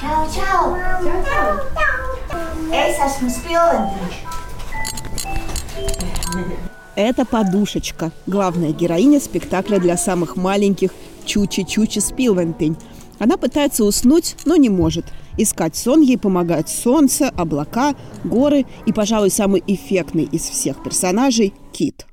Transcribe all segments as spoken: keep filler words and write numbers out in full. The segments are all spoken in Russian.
Čau, čau! Čau, čau! Es esmu Spilventiņš. Это Подушечка, главная героиня спектакля для самых маленьких «Чучи-Чучи Спилвентинь». Она пытается уснуть, но не может. Искать сон ей помогают солнце, облака, горы и, пожалуй, самый эффектный из всех персонажей – кит.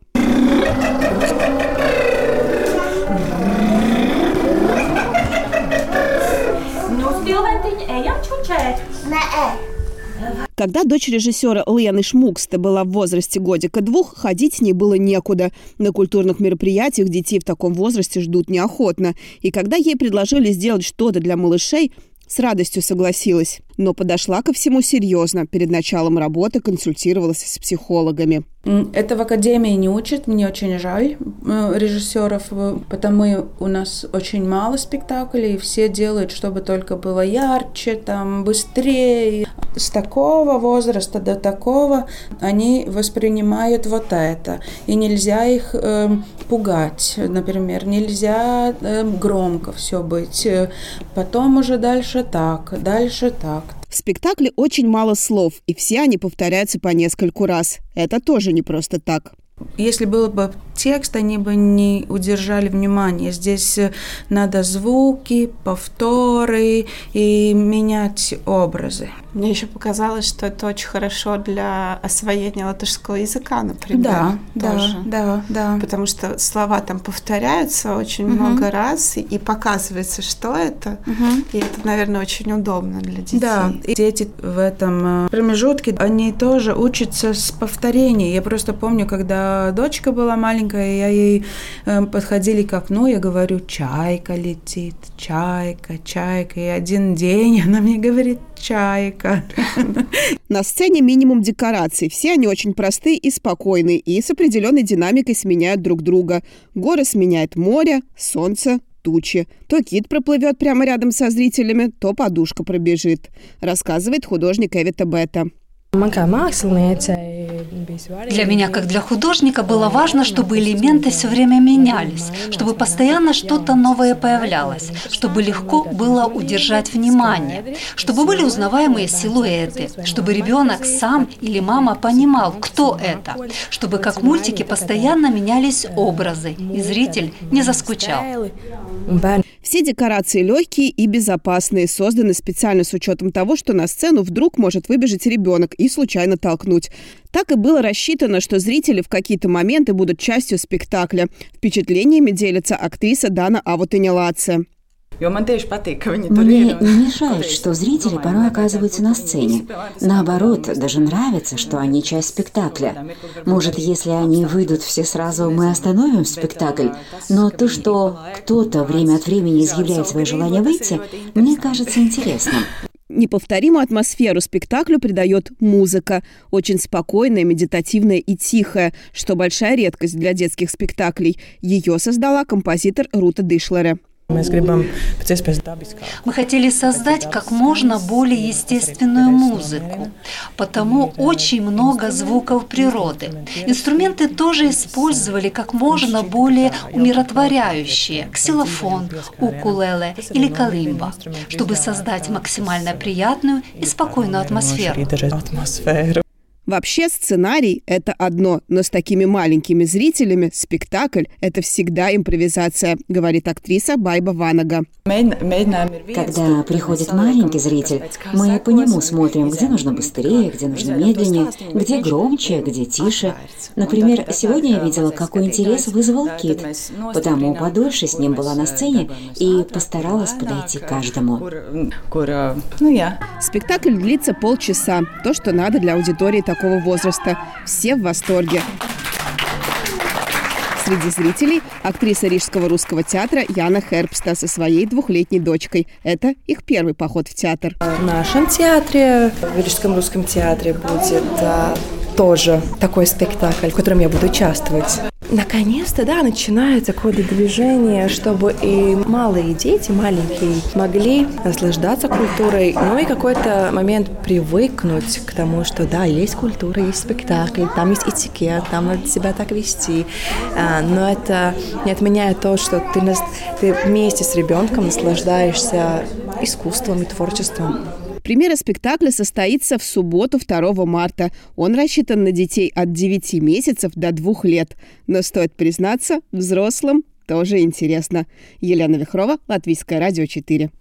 Когда дочь режиссера Лены Шмуксте была в возрасте годика двух, ходить с ней было некуда. На культурных мероприятиях детей в таком возрасте ждут неохотно. И когда ей предложили сделать что-то для малышей, с радостью согласилась. Но подошла ко всему серьезно. Перед началом работы консультировалась с психологами. Это в академии не учат, мне очень жаль режиссеров, потому у нас очень мало спектаклей, все делают, чтобы только было ярче, там, быстрее. С такого возраста до такого они воспринимают вот это. И нельзя их э, пугать, например, нельзя э, громко все быть. Потом уже дальше так, дальше так. В спектакле очень мало слов, и все они повторяются по нескольку раз. Это тоже не просто так. Если был бы текст, они бы не удержали внимание. Здесь надо звуки, повторы и менять образы. Мне еще показалось, что это очень хорошо для освоения латышского языка, например. Да, тоже. да, да, да. Потому что слова там повторяются очень угу. много раз, и, и показывается, что это. Угу. И это, наверное, очень удобно для детей. Да, и дети в этом промежутке, они тоже учатся с повторения. Я просто помню, когда дочка была маленькая, я ей э, подходили к окну, я говорю: чайка летит, чайка, чайка. И один день она мне говорит: чайка. На сцене минимум декораций. Все они очень простые и спокойные, и с определенной динамикой сменяют друг друга. Горы сменяет море, солнце, тучи. То кит проплывет прямо рядом со зрителями, то подушка пробежит, рассказывает художник Эвита Бета. Для меня, как для художника, было важно, чтобы элементы все время менялись, чтобы постоянно что-то новое появлялось, чтобы легко было удержать внимание, чтобы были узнаваемые силуэты, чтобы ребенок сам или мама понимал, кто это, чтобы как в мультике постоянно менялись образы, и зритель не заскучал. Все декорации легкие и безопасные, созданы специально с учетом того, что на сцену вдруг может выбежать ребенок и случайно толкнуть. Так и было рассчитано, что зрители в какие-то моменты будут частью спектакля. Впечатлениями делится актриса Дана Авутинелаце. Мне не мешает, что зрители порой оказываются на сцене. Наоборот, даже нравится, что они часть спектакля. Может, если они выйдут все сразу, мы остановим спектакль. Но то, что кто-то время от времени изъявляет свое желание выйти, мне кажется интересным. Неповторимую атмосферу спектаклю придает музыка. Очень спокойная, медитативная и тихая, что большая редкость для детских спектаклей. Ее создала композитор Рута Дишлере. Мы хотели создать как можно более естественную музыку, потому очень много звуков природы. Инструменты тоже использовали как можно более умиротворяющие – ксилофон, укулеле или калимба, чтобы создать максимально приятную и спокойную атмосферу. Вообще сценарий – это одно, но с такими маленькими зрителями спектакль – это всегда импровизация, говорит актриса Байба Ванага. Когда приходит маленький зритель, мы по нему смотрим, где нужно быстрее, где нужно медленнее, где громче, где тише. Например, сегодня я видела, какой интерес вызвал кит, потому подольше с ним была на сцене и постаралась подойти к каждому. Спектакль длится полчаса, то, что надо для аудитории такого возраста. Все в восторге. Среди зрителей актриса Рижского русского театра Яна Хербста со своей двухлетней дочкой. Это их первый поход в театр. В нашем театре, в Рижском русском театре, будет а, тоже такой спектакль, в котором я буду участвовать. Наконец-то, да, начинается какое-то движение, чтобы и малые дети, маленькие, могли наслаждаться культурой, ну и какой-то момент привыкнуть к тому, что да, есть культура, есть спектакль, там есть этикет, там надо себя так вести. Но это не отменяет то, что ты, ты вместе с ребенком наслаждаешься искусством и творчеством. Премьера спектакля состоится в субботу, второго марта. Он рассчитан на детей от девяти месяцев до двух лет. Но стоит признаться, взрослым тоже интересно. Елена Вихрова, Латвийское радио четыре.